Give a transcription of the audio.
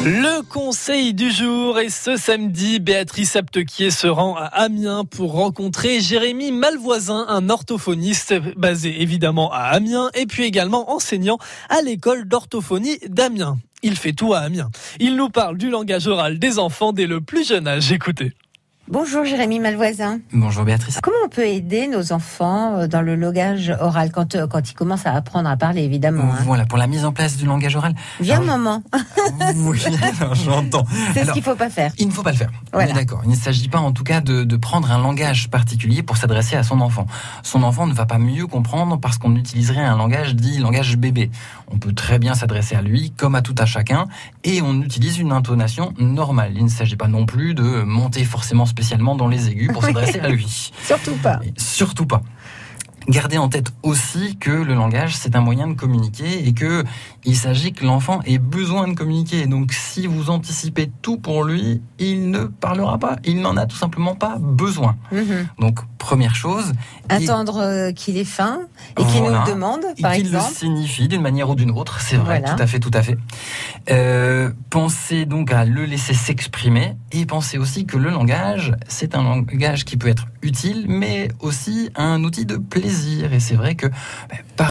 Le conseil du jour est ce samedi. Béatrice Aptequier se rend à Amiens pour rencontrer Jérémy Malvoisin, un orthophoniste basé évidemment à Amiens et puis également enseignant à l'école d'orthophonie d'Amiens. Il fait tout à Amiens. Il nous parle du langage oral des enfants dès le plus jeune âge. Écoutez. Bonjour Jérémy Malvoisin. Bonjour Béatrice. Comment on peut aider nos enfants dans le langage oral quand ils commencent à apprendre à parler, évidemment Voilà, pour la mise en place du langage oral. Viens maman. Oui, j'entends. C'est ce qu'il ne faut pas faire. Il ne faut pas le faire. Voilà. On est d'accord. Il ne s'agit pas en tout cas de prendre un langage particulier pour s'adresser à son enfant. Son enfant ne va pas mieux comprendre parce qu'on utiliserait un langage dit langage bébé. On peut très bien s'adresser à lui comme à tout à chacun et on utilise une intonation normale. Il ne s'agit pas non plus de monter forcément spécialement dans les aigus pour s'adresser à lui. Surtout pas. Surtout pas. Gardez en tête aussi que le langage, c'est un moyen de communiquer et que il s'agit que l'enfant ait besoin de communiquer. Donc, si vous anticipez tout pour lui, il ne parlera pas. Il n'en a tout simplement pas besoin. Donc, première chose. Attendre qu'il ait faim et qu'il nous le demande, par et qu'il exemple. le signifie d'une manière ou d'une autre. C'est vrai, Voilà. tout à fait. Pensez donc à le laisser s'exprimer et pensez aussi que le langage, c'est un langage qui peut être utile, mais aussi un outil de plaisir. Et c'est vrai que